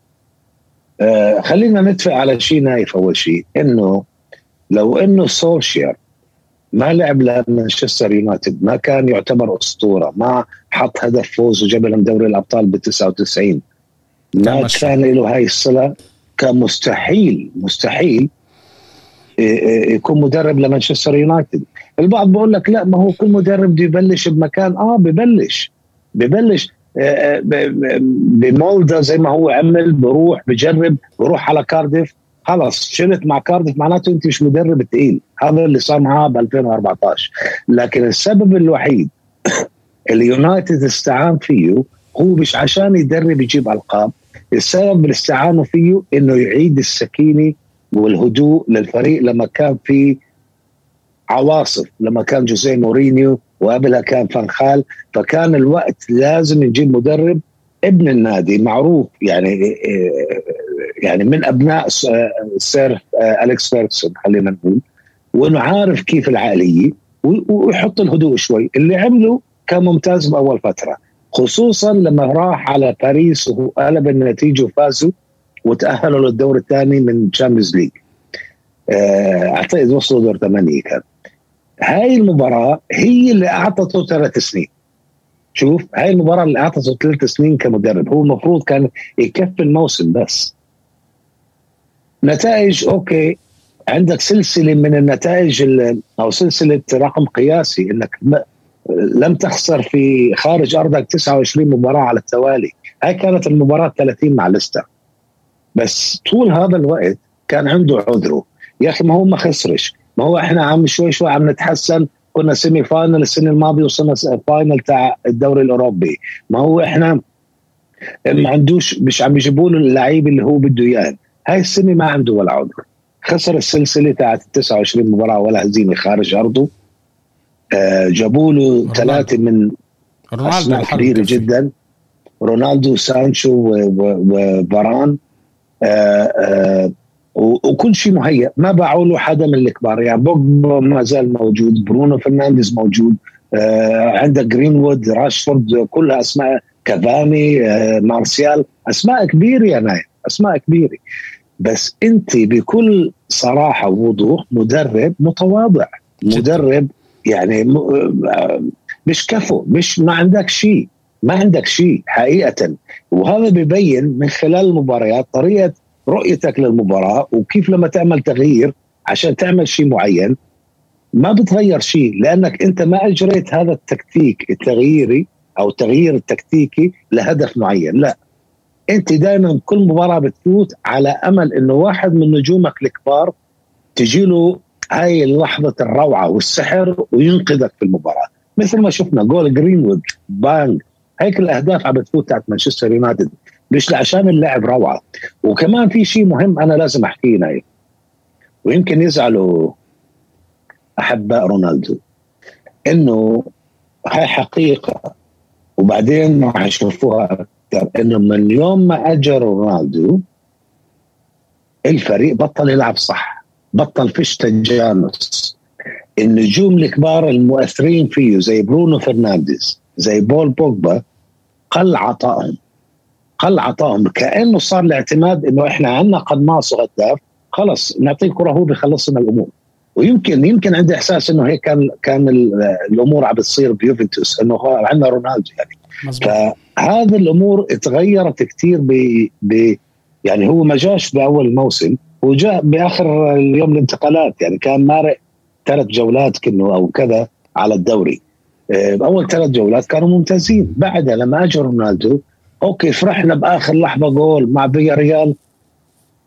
خلينا نتفق على شيء نايف. أول شيء إنه لو إنه سولشاير ما لعب لمانشستر يونايتد ما كان يعتبر أسطورة، ما حط هدف فوز وجاب لهم دوري الأبطال ب99، ما كان له هاي الصلة، كان مستحيل يكون مدرب لمانشستر يونايتد. البعض بيقول لك لا، ما هو كل مدرب بده يبلش بمكان. ببلش بمولدا زي ما هو عمل، بروح على كارديف، خلص شلت مع كارديف، معناته انت مش مدرب تقيل. هذا اللي صار معاه ب2014. لكن السبب الوحيد اللي يونايتد استعان فيه هو مش عشان يدرب يجيب ألقاب، السبب اللي استعانوا فيه انه يعيد السكينة والهدوء للفريق لما كان في عواصف، لما كان جوزيه مورينيو وقبلها كان فانخال. فكان الوقت لازم نجيب مدرب ابن النادي معروف، يعني من ابناء سير أليكس فيرغسون خلينا نقول، وانه عارف كيف العقلية ويحط الهدوء شوي. اللي عمله كان ممتاز بأول فترة، خصوصا لما راح على باريس وقلب النتيجة وفازوا وتأهلوا للدور الثاني من تشامبيونز ليج. اعتقد وصلوا دور 8. كان هاي المباراة هي اللي أعطته 3 سنين. شوف، هاي المباراة اللي أعطته 3 سنين كمدرب. هو المفروض كان يكفي الموسم بس. نتائج أوكي، عندك سلسلة من النتائج أو سلسلة رقم قياسي، إنك لم تخسر في خارج أرضك 29 مباراة على التوالي. هاي كانت المباراة 30 مع ليستر، بس طول هذا الوقت كان عنده عذره. يا أخي ما هو ما خسرش، ما هو إحنا عم شوي عم نتحسن. كنا سيمي فاينل السنة الماضية، وصلنا فاينل تاع الدوري الأوروبي. ما هو إحنا ما عندوش، مش عم يجيبوا له اللعيب اللي هو بده إياه. هاي السنة ما عنده ولا عذر. خسر السلسلة تاعت 29 مباراة ولا هزيمة خارج أرضه. جابوا له 3 من أسماء كبيرة جدا، رونالدو، سانشو وفاران، وكل شيء مهيأ. ما باعوا له حدا من الكبار، يعني بوجبا ما زال موجود، برونو فرنانديز موجود، عندك جرينوود، راشفورد، كلها أسماء، كافاني، مارسيال، أسماء كبيرة يا نايف، أسماء كبيرة. بس أنت بكل صراحة ووضوح مدرب متواضع، مدرب يعني مش كفو، مش ما عندك شيء حقيقة. وهذا بيبين من خلال المباريات طريقة رؤيتك للمباراة، وكيف لما تعمل تغيير عشان تعمل شيء معين ما بتغير شيء، لأنك أنت ما أجريت هذا التكتيك التغييري أو التغيير التكتيكي لهدف معين. لا، أنت دائما كل مباراة بتفوت على أمل إنه واحد من نجومك الكبار تجيله هاي لحظة الروعة والسحر وينقذك في المباراة، مثل ما شفنا جول جرينوود، بانج. هيك الأهداف عم بتفوت تحت مانشستر يونايتد، مش عشان اللاعب روعة. وكمان في شيء مهم أنا لازم أحكيه نايف، ويمكن يزعلوا أحباء رونالدو، إنه هاي حقيقة وبعدين راح يشوفوها أكثر، إنه من يوم ما أجر رونالدو الفريق بطل يلعب صح، بطل فيش تجانس. النجوم الكبار المؤثرين فيه زي برونو فرنانديز، زي بول بوجبا، قل عطائهم كأنه صار الاعتماد إنه إحنا عنا قناص وهداف، خلص نعطيه كرة هو بيخلص لنا الأمور. ويمكن عندي إحساس إنه هيك كان الأمور عم بتصير بيوفنتوس، إنه عندنا رونالدو يعني. فهذه الأمور اتغيرت كتير يعني هو ما جاش بأول الموسم، وجاء بآخر اليوم الانتقالات، يعني كان مارق 3 جولات كأنه أو كذا على الدوري. أول 3 جولات كانوا ممتازين، بعدها لما أجى رونالدو أوكي فرحنا بآخر لحظة جول مع فياريال،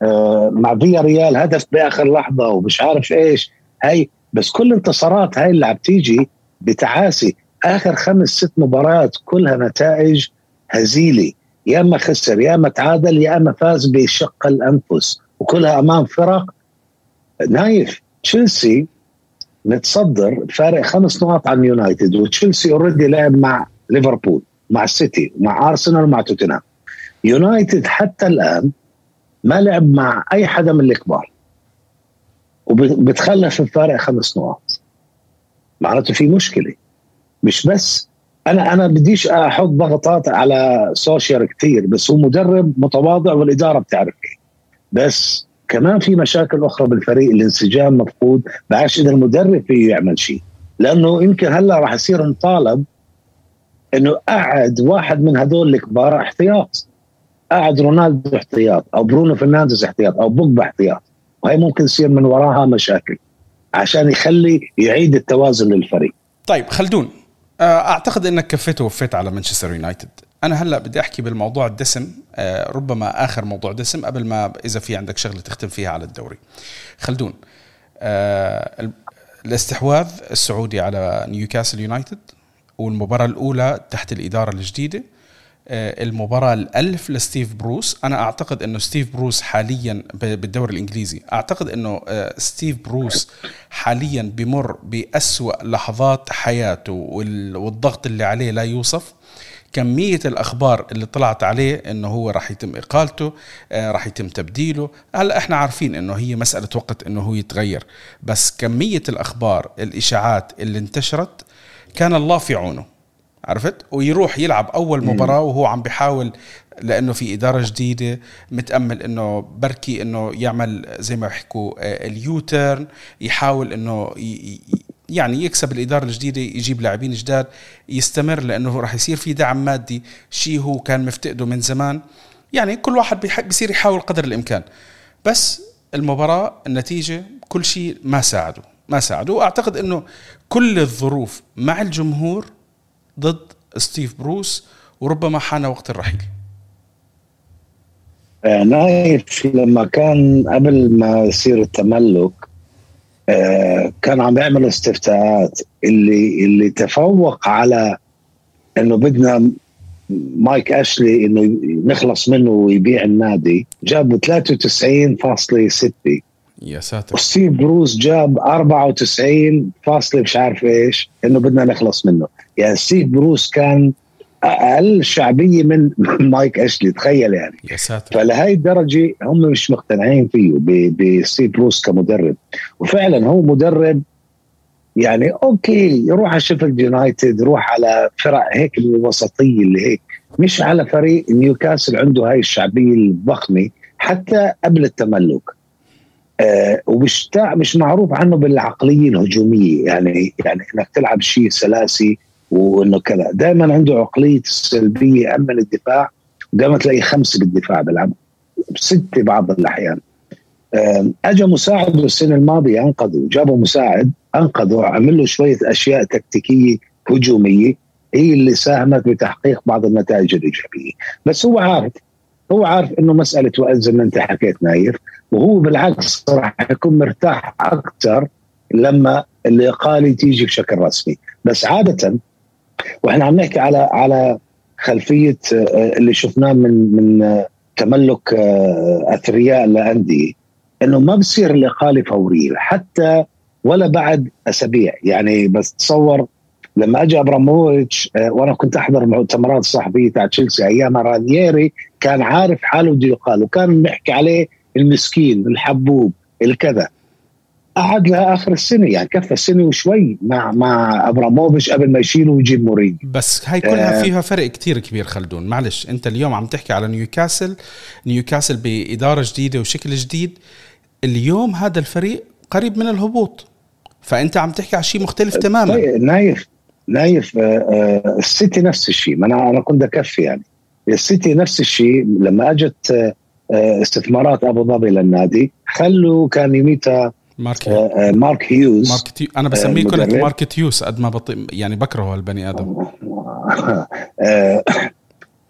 مع فيا ريال هدف باخر لحظه ومش عارف ايش هاي. بس كل انتصارات هاي اللي عم تيجي بتعاسي. اخر 5-6 مباريات كلها نتائج هزيله، يا اما خسر يا اما تعادل يا اما فاز بشق الانفس، وكلها امام فرق. نايف تشيلسي متصدر فارق 5 نقاط عن يونايتد، وتشيلسي اوريدي لعب مع ليفربول مع السيتي مع ارسنال مع توتنهام. يونايتد حتى الان ما لعب مع اي حدا من الكبار وبتخلف الفارق 5 نقاط. معناته في مشكله. مش بس انا بديش احط ضغطات على سوشيال كتير، بس هو مدرب متواضع والاداره بتعرف ايه. بس كمان في مشاكل اخرى بالفريق، الانسجام مفقود. بعرفش اذا المدرب فيه يعمل شيء، لانه يمكن هلا راح يصير نطالب انه قعد واحد من هذول الكبار احتياط، قعد رونالدو احتياط او برونو فرنانديز احتياط او بوجبا احتياط، وهي ممكن يصير من وراها مشاكل عشان يعيد التوازن للفريق. طيب خلدون، اعتقد انك كفيت ووفيت على مانشستر يونايتد. انا هلا بدي احكي بالموضوع الدسم، ربما اخر موضوع دسم قبل ما اذا في عندك شغله تختم فيها على الدوري. خلدون، الاستحواذ السعودي على نيوكاسل يونايتد والمباراة الأولى تحت الإدارة الجديدة، المباراة الألف لستيف بروس. أنا أعتقد أنه ستيف بروس حاليا بالدوري الإنجليزي، أعتقد أنه ستيف بروس حاليا بمر بأسوأ لحظات حياته، والضغط اللي عليه لا يوصف. كمية الأخبار اللي طلعت عليه أنه هو راح يتم إقالته، راح يتم تبديله. هلأ إحنا عارفين أنه هي مسألة وقت أنه هو يتغير، بس كمية الأخبار الإشاعات اللي انتشرت كان الله في عونه، عرفت؟ ويروح يلعب أول مباراة وهو عم بيحاول، لأنه في إدارة جديدة، متأمل أنه بركي أنه يعمل زي ما بيحكوا اليوترن، يحاول أنه يعني يكسب الإدارة الجديدة، يجيب لاعبين جداد، يستمر، لأنه راح يصير في دعم مادي، شيء هو كان مفتقده من زمان. يعني كل واحد بيصير يحاول قدر الإمكان. بس المباراة النتيجة كل شيء ما ساعده. وأعتقد أنه كل الظروف مع الجمهور ضد ستيف بروس، وربما حان وقت الرحيل. نايف لما كان قبل ما يصير التملك كان عم يعمل استفتاءات اللي تفوق على انه بدنا مايك أشلي انه نخلص منه ويبيع النادي، جاب 93.6. يا ساتر. وستيف بروس جاب 94 فاصلة مش عارف ايش انه بدنا نخلص منه. يعني ستيف بروس كان اقل شعبيه من مايك أشلي، تخيل يعني. يا ساتر. فلهي الدرجه هم مش مقتنعين فيه بستيف بروس كمدرب. وفعلا هو مدرب يعني اوكي، يروح على شيفيلد يونايتد، يروح على فرق هيك الوسطيه اللي هيك، مش على فريق نيوكاسل عنده هاي الشعبيه الضخمه حتى قبل التملك. ومش مش معروف عنه بالعقليه الهجوميه، يعني انك تلعب شيء سلاسي وانه كذا. دائما عنده عقليه السلبيه، اما الدفاع دائما تلاقي 5 بالدفاع بيلعب 6 بعض الاحيان. اجى مساعد السنه الماضيه انقذوا، جابوا مساعد انقذوا، عمل له شويه اشياء تكتيكيه هجوميه هي اللي ساهمت بتحقيق بعض النتائج الايجابيه. بس هو عارف انه مساله وقت زي ما انت حكيت نايف، وهو بالعكس راح يكون مرتاح اكثر لما الاقاله تيجي بشكل رسمي. بس عاده واحنا عم نحكي على خلفيه اللي شفناه من تملك اثرياء لانديه، انه ما بصير الاقاله فوريه حتى ولا بعد اسابيع. يعني بس تصور لما اجى ابراموفيتش، وانا كنت احضر مؤتمرات الصحفيه تاع تشيلسي ايام رانييري، كان عارف حاله بده يقال، وكان بيحكي عليه المسكين الحبوب الكذا. قعد لها اخر السنه، يعني كفى السنه وشوي مع ابراموفيتش قبل ما يشيله ويجيب مورينيو. بس هاي كلها فيها فرق كتير كبير. خلدون معلش، انت اليوم عم تحكي على نيوكاسل باداره جديده وشكل جديد. اليوم هذا الفريق قريب من الهبوط، فانت عم تحكي على شيء مختلف تماما. نايف السيتي نفس الشيء. ما انا كنت اكفي يعني السيتي نفس الشيء. لما اجت استثمارات ابو ظبي للنادي، خلوا كان يميتها مارك هيوز. انا بسميه كنت مارك هيوز قد ما يعني بكره البني ادم.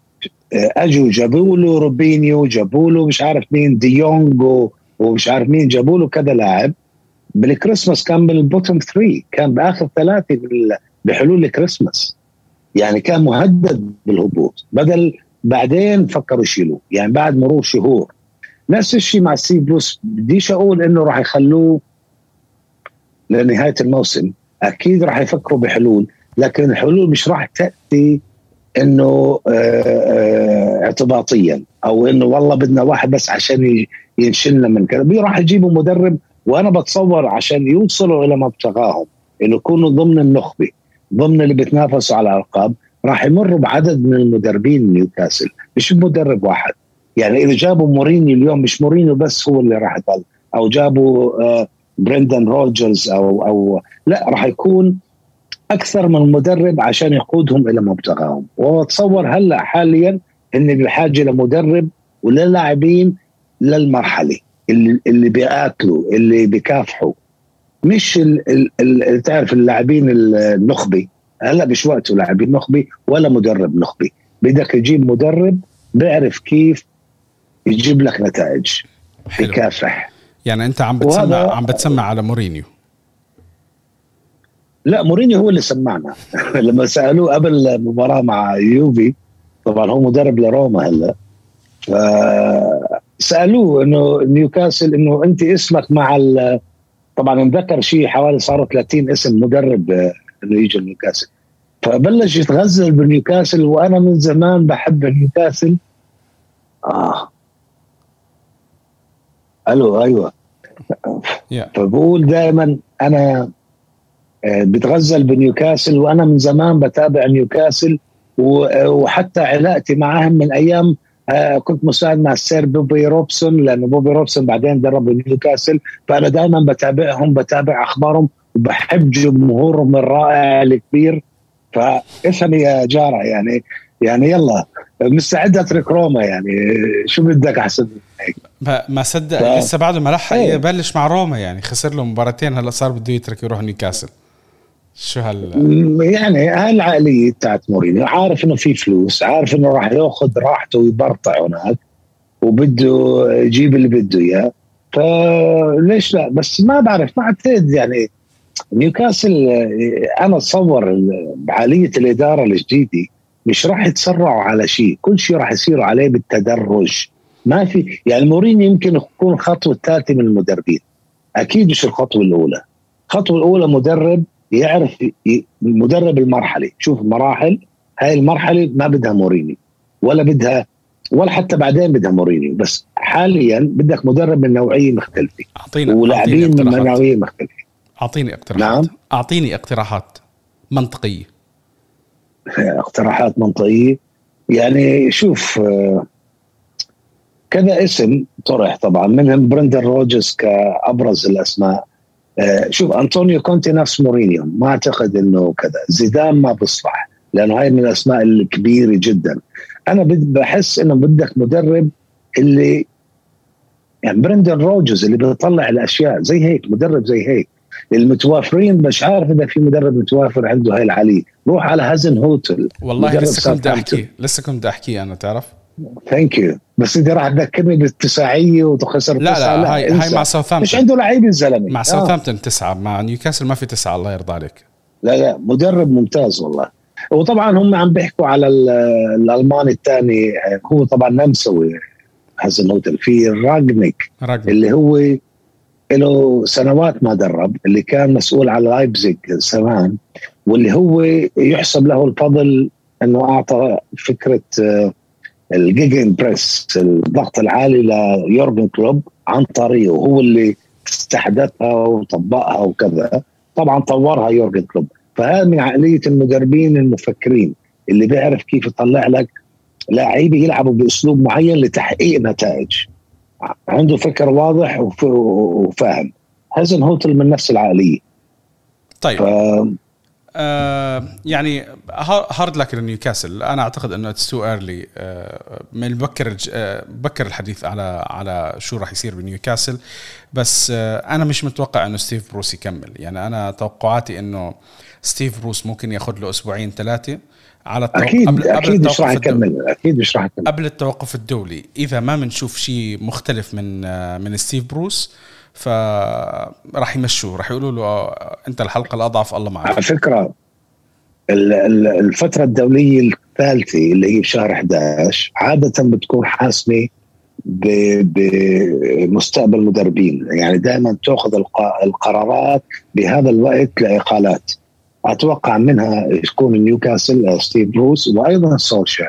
اجوا جابوا له روبينيو، جابوا له مش عارف مين ديونغ ومش عارف مين، جابوا له كذا لاعب بالكريسماس، كان بالبوتوم 3، كان باخر 3 بحلول الكريسماس، يعني كان مهدد بالهبوط. بدل بعدين فكروا يشيلوه يعني بعد مرور شهور. نفس الشيء مع ستيف بروس، بديش اقول انه راح يخلوه لنهايه الموسم، اكيد راح يفكروا بحلول، لكن الحلول مش راح تاتي انه اعتباطيا او انه والله بدنا واحد بس عشان ينشلنا من كذا. راح يجيبوا مدرب، وانا بتصور عشان يوصلوا الى مبتغاهم انه يكونوا ضمن النخبه، ضمن اللي بتنافسوا على الالقاب، راح يمروا بعدد من المدربين نيوكاسل، مش مدرب واحد. يعني اذا جابوا مورينيو اليوم، مش مورينيو بس هو اللي راح يضل، او جابوا بريندن روجرز او لا، راح يكون اكثر من مدرب عشان يقودهم الى مبتغاهم. واتصور هلا حاليا ان بحاجه لمدرب وللاعبين للمرحله اللي بيقاتلوا، اللي بيكافحوا، مش تعرف اللاعبين النخبي. هلا مش وقته لاعبين نخبي ولا مدرب نخبي، بدك تجيب مدرب بيعرف كيف يجيب لك نتائج، بيكافح. يعني انت عم بتسمع على مورينيو؟ لا، مورينيو هو اللي سمعنا لما سألوه قبل المباراة مع يوفي، طبعا هو مدرب لروما هلا، فسألوه انه نيوكاسل، انه انت اسمك مع طبعا انذكر شيء حوالي صاروا 30 اسم مدرب انه يجي نيوكاسل، فبلش يتغزل بنيوكاسل، وانا من زمان بحب نيوكاسل. الو ايوه فبقول دائما انا بتغزل بنيوكاسل، وانا من زمان بتابع نيوكاسل، وحتى علاقتي معهم من ايام كنت مساعد مع السير بوبي روبسون، لانه بوبي روبسون بعدين درب نيوكاسل، فانا دائما بتابعهم، بتابع اخبارهم، وبحب جمهورهم الرائع الكبير. فافهم يا جارة، يعني يلا مستعد اترك روما، يعني شو بدك احسن هيك؟ ما صدق لسه بعد ما لحق يبلش مع روما، يعني خسر له مباراتين، هلا صار بده يترك يروح نيوكاسل. شو يعني هالعقلية بتاعت مورينيو، عارف انه في فلوس، عارف انه راح ياخذ راحته ويبرطع هناك، وبده يجيب اللي بده اياه، فليش لا؟ بس ما بعرف، ما اعتقد يعني نيوكاسل، انا اتصور بعالية الادارة الجديدة مش راح يتسرعوا على شيء، كل شيء راح يصيروا عليه بالتدرج. ما في يعني مورينيو يمكن يكون الخطوة الثالثة من المدربين، اكيد مش الخطوة الاولى. الخطوة الاولى مدرب يعرف مدرب المرحلة، شوف مراحل، هاي المرحلة ما بدها مورينيو ولا حتى بعدين بدها مورينيو، بس حاليا بدك مدرب من نوعية مختلفة ولاعبين من نوعية مختلفة. أعطيني اقتراحات. نعم؟ أعطيني اقتراحات منطقية. اقتراحات منطقية يعني شوف، كذا اسم طرح طبعا، منهم بريندن روجرز كأبرز الأسماء. شوف أنطونيو كونتي نفس مورينيو، ما أعتقد إنه كذا. زيدان ما بيصلح لأنه هاي من الأسماء الكبيرة جدا. أنا بحس إنه بدك مدرب اللي يعني بريندن روجرز اللي بيطلع الأشياء زي هيك، مدرب زي هيك. المتوافرين مش عارف إذا في مدرب متوافر عنده هاي العالية. روح على هازن هوتل. والله لسه كنت أحكي أنا، تعرف. ثانك يو. بس انت راح تذكرني بالتساعية وتخسر لا هاي مع ساوثامبتون، مش عنده لعيب الزلمه. مع ساوثامبتون 9، مع نيوكاسل ما في 9. الله يرضى عليك. لا مدرب ممتاز والله. وطبعا هم عم بيحكوا على الالماني الثاني، هو طبعا نمساوي هازن هوتل، في راجنيك اللي هو له سنوات ما درب، اللي كان مسؤول على لايبزيغ زمان، واللي هو يحسب له الفضل انه اعطى فكره الجيجن بريس، الضغط العالي ليورجن كلوب عن طريقه، هو اللي استحدثها وطبقها وكذا. طبعا طورها يورجن كلوب. فهذا من عقلية المدربين المفكرين اللي بيعرف كيف يطلع لك لاعبين يلعبوا بأسلوب معين لتحقيق نتائج، عنده فكر واضح وفاهم. هازن هوتل من نفس العقلية. طيب يعني هارد لك لنيوكاسل. انا اعتقد انه اتس تو ايرلي، من بكر الحديث على شو راح يصير بنيوكاسل. بس انا مش متوقع انه ستيف بروس يكمل. يعني انا توقعاتي انه ستيف بروس ممكن ياخذ له اسبوعين 3 على أكيد مش راح يكمل. أكيد مش راح يكمل قبل التوقف الدولي. إذا ما منشوف شيء مختلف من ستيف بروس فراح يمشوه، راح يقولوا له أنت الحلقة الأضعف الله معك. على فكرة الفترة الدولية الثالثة اللي هي بشهر 11 عادة بتكون حاسمة بمستقبل مدربين. يعني دائما تأخذ القرارات بهذا الوقت لإقالات. أتوقع منها يكون نيوكاسل ستيف بروس وأيضا سولشير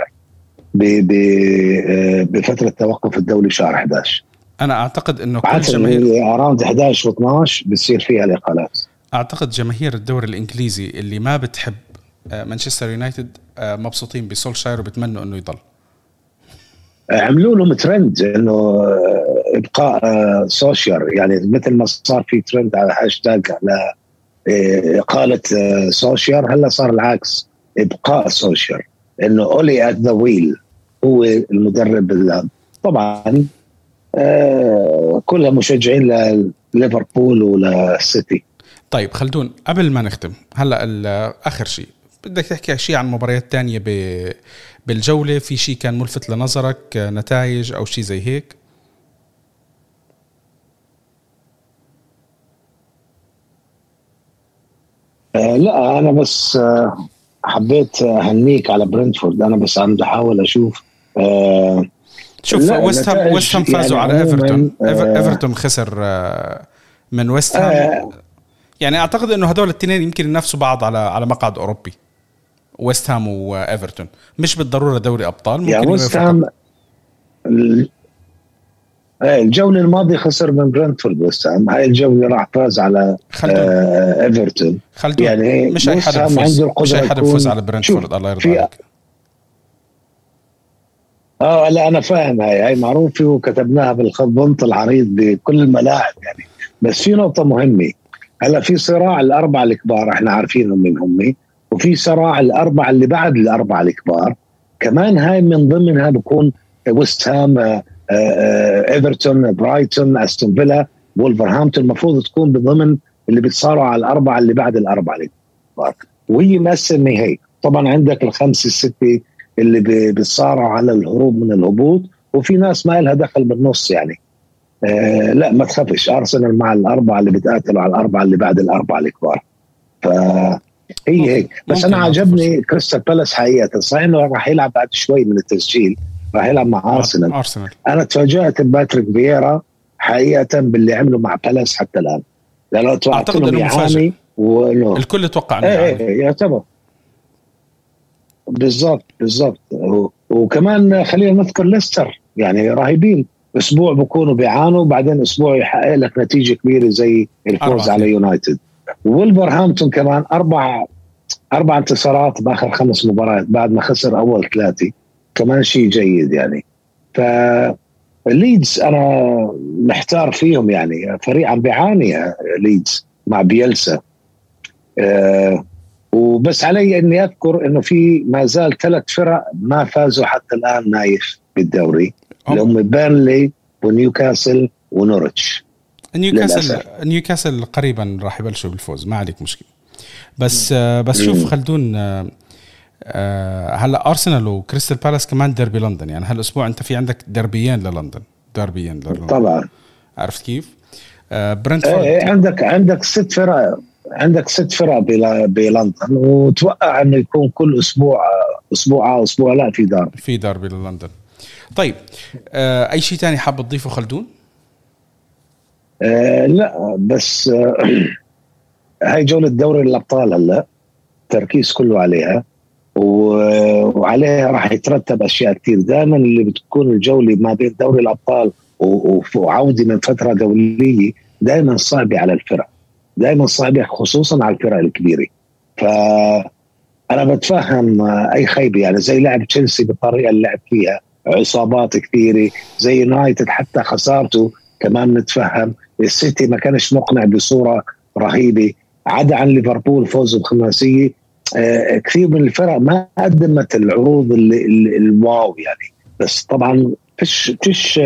بفترة توقف الدولي شهر 11. أنا أعتقد إنه كل جماهير أراوند 11 و12 بتصير فيها الإقالات. أعتقد جماهير الدوري الإنجليزي اللي ما بتحب مانشستر يونايتد مبسوطين بسولشاير وبتمنوا إنه يضل. عملوا لهم ترند إنه إبقاء سولشير، يعني مثل ما صار في ترند على هاشتاج على إقالة سولشير، هلا صار العكس، إبقاء سولشير، إنه أولي at the wheel هو المدرب. طبعا كلها مشجعين لليفربول وللسيتي. طيب خلدون، قبل ما نختم هلا آخر شيء بدك تحكي شيء عن مباريات تانية بالجولة؟ في شيء كان ملفت لنظرك، نتائج أو شيء زي هيك؟ لا أنا بس حبيت أهنيك على برنتفورد. أنا بس عم بحاول أشوف شوف ويست هام فازوا يعني على ايفرتون. ايفرتون خسر من ويست هام. يعني اعتقد انه هذول الاثنين يمكن ينافسوا بعض على مقعد اوروبي. ويست هام وايفرتون مش بالضروره دوري ابطال، ممكن يعني ويست هام الجوله الماضيه خسر من برنتفورد. ويست هام هاي الجوله راح فاز على ايفرتون. يعني مش اي حدا يفوز على برنتفورد. الله يرضى عليك. لا انا فاهم، هاي معروفه وكتبناها بالخط العريض بكل الملاعب يعني. بس في نقطه مهمه، هلا في صراع الاربعه الكبار احنا عارفينهم من هم، وفي صراع الاربعه اللي بعد الاربعه الكبار كمان. هاي من ضمنها بكون ويست هام، ايفرتون، برايتون، استون فيلا، وولفرهامبتون. المفروض تكون بضمن اللي بتصارعوا على الاربعه اللي بعد الاربعه الكبار، وهي مقسمه هيك. طبعا عندك الخمسه السته اللي بيتصارعوا على الهروب من الهبوط، وفي ناس ما لها دخل بالنص يعني. لا ما تخافش، أرسنال مع الأربعة اللي بتقاتلوا على الأربعة اللي بعد الأربعة الكبار. فهي هيك. بس أنا عجبني كريستال بالاس حقيقة. صحيح إنه راح يلعب بعد شوي من التسجيل، راح يلعب مع أرسنال. أنا تفاجأت بباتريك فييرا حقيقة باللي عمله مع بالاس حتى الآن، لأنه أعتقد إنه مفاجئ الكل يتوقع إنه يعتبر بالضبط. وكمان خلينا نذكر ليستر، يعني رهيبين. اسبوع بكونوا بيعانوا، بعدين اسبوع يحقق لك نتيجه كبيره زي الفوز على يونايتد. وولفرهامبتون كمان اربع انتصارات باخر 5 مباريات بعد ما خسر اول 3، كمان شيء جيد يعني. فليدز انا محتار فيهم، يعني فريق عم بيعاني ليدز مع بيلسا. وبس علي اني اذكر انه في ما زال 3 فرق ما فازوا حتى الان نايف بالدوري، اللي هم بيرنلي ونيوكاسل ونورتش. نيوكاسل قريبا راح يبلشوا بالفوز، ما عليك مشكله. بس شوف خلدون، هلا ارسنال وكريستال بالاس كمان ديربي لندن. يعني هالاسبوع انت في عندك دربيين للندن طبعا. عرفت كيف؟ برنتفورد عندك 6 فرق، عندك 6 فرق بلندن، وتوقع انه يكون كل اسبوع لا في داربي لندن. طيب اي شيء تاني حاب تضيفه خلدون؟ لا بس هاي جولة دوري الأبطال هلا تركيز كله عليها، وعليها راح يترتب أشياء كتير. دائما اللي بتكون الجولة ما بين دوري الأبطال وعودة من فترة دولية دائما صعبة على الفرق، دائما صعبة خصوصا على الفرق الكبيرة. فأنا بتفهم أي خيبة، يعني زي لعب تشيلسي بالطريقة اللي لعب فيها، عصابات كثيرة، زي يونايتد حتى خسارته كمان نتفهم. السيتي ما كانش مقنع بصورة رهيبة. عدا عن ليفربول فوز بخماسيه. كثير من الفرق ما قدمت العروض الواو يعني، بس طبعا فيش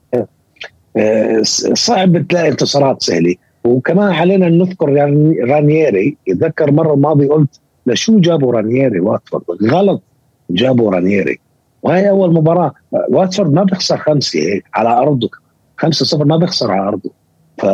صعب تلاقي انتصارات سهله. وكمان علينا نذكر يعني رانييري. يتذكر مره الماضي قلت لشو جابوا رانييري واتفورد؟ غلط، جابوا رانييري وهي اول مباراه. واتفورد ما بيخسر 5 هيك على ارضه، 5-0 ما بيخسر على ارضه. ف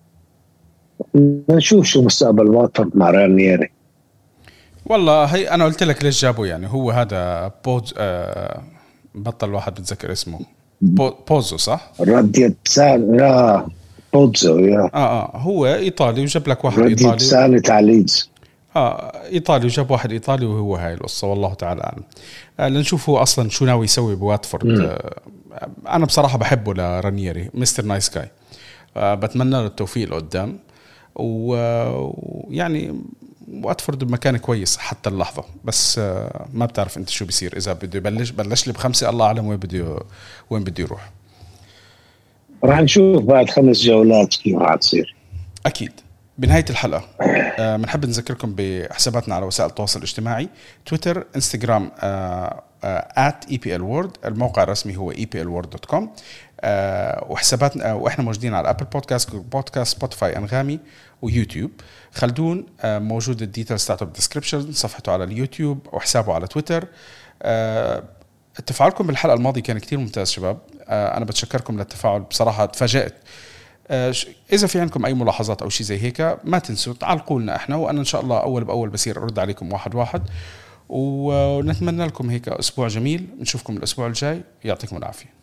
نشوف شو مستقبل واتفورد مع رانييري. والله هي انا قلت لك ليش جابوا، يعني هو هذا بوز بطل واحد بتذكر اسمه بوزو صح؟ لا بوزو يا هو ايطالي وجاب لك واحد ايطالي ساني تعليز. ايطالي وجاب واحد ايطالي وهو هاي القصه والله تعالى اعلم. لنشوف هو اصلا شو ناوي يسوي بواتفورد. انا بصراحه بحبه لرانييري، مستر نايس جاي. بتمنى له التوفيق لقدام، ويعني واتفورد بمكان كويس حتى اللحظه، بس ما بتعرف انت شو بيصير اذا بده بلش لي ب5 الله اعلم وين بده يروح. راح نشوف بعد 5 جولات كيف راح تصير. اكيد. بنهايه الحلقه بنحب نذكركم بحساباتنا على وسائل التواصل الاجتماعي، تويتر، انستغرام @EPLWorld. الموقع الرسمي هو eplworld.com. وحساباتنا واحنا موجودين على ابل بودكاست سبوتيفاي، انغامي، ويوتيوب. خلدون موجود الديتيلز تاعته بالديسكريبشن، صفحته على اليوتيوب وحسابه على تويتر. تفاعلكم بالحلقه الماضيه كان كتير ممتاز شباب. انا بتشكركم للتفاعل، بصراحه تفاجأت. إذا في عندكم أي ملاحظات أو شيء زي هيك ما تنسوا تعلقوا لنا إحنا، وأنا إن شاء الله أول بأول بصير أرد عليكم واحد. ونتمنى لكم هيك أسبوع جميل. نشوفكم الأسبوع الجاي، يعطيكم العافية.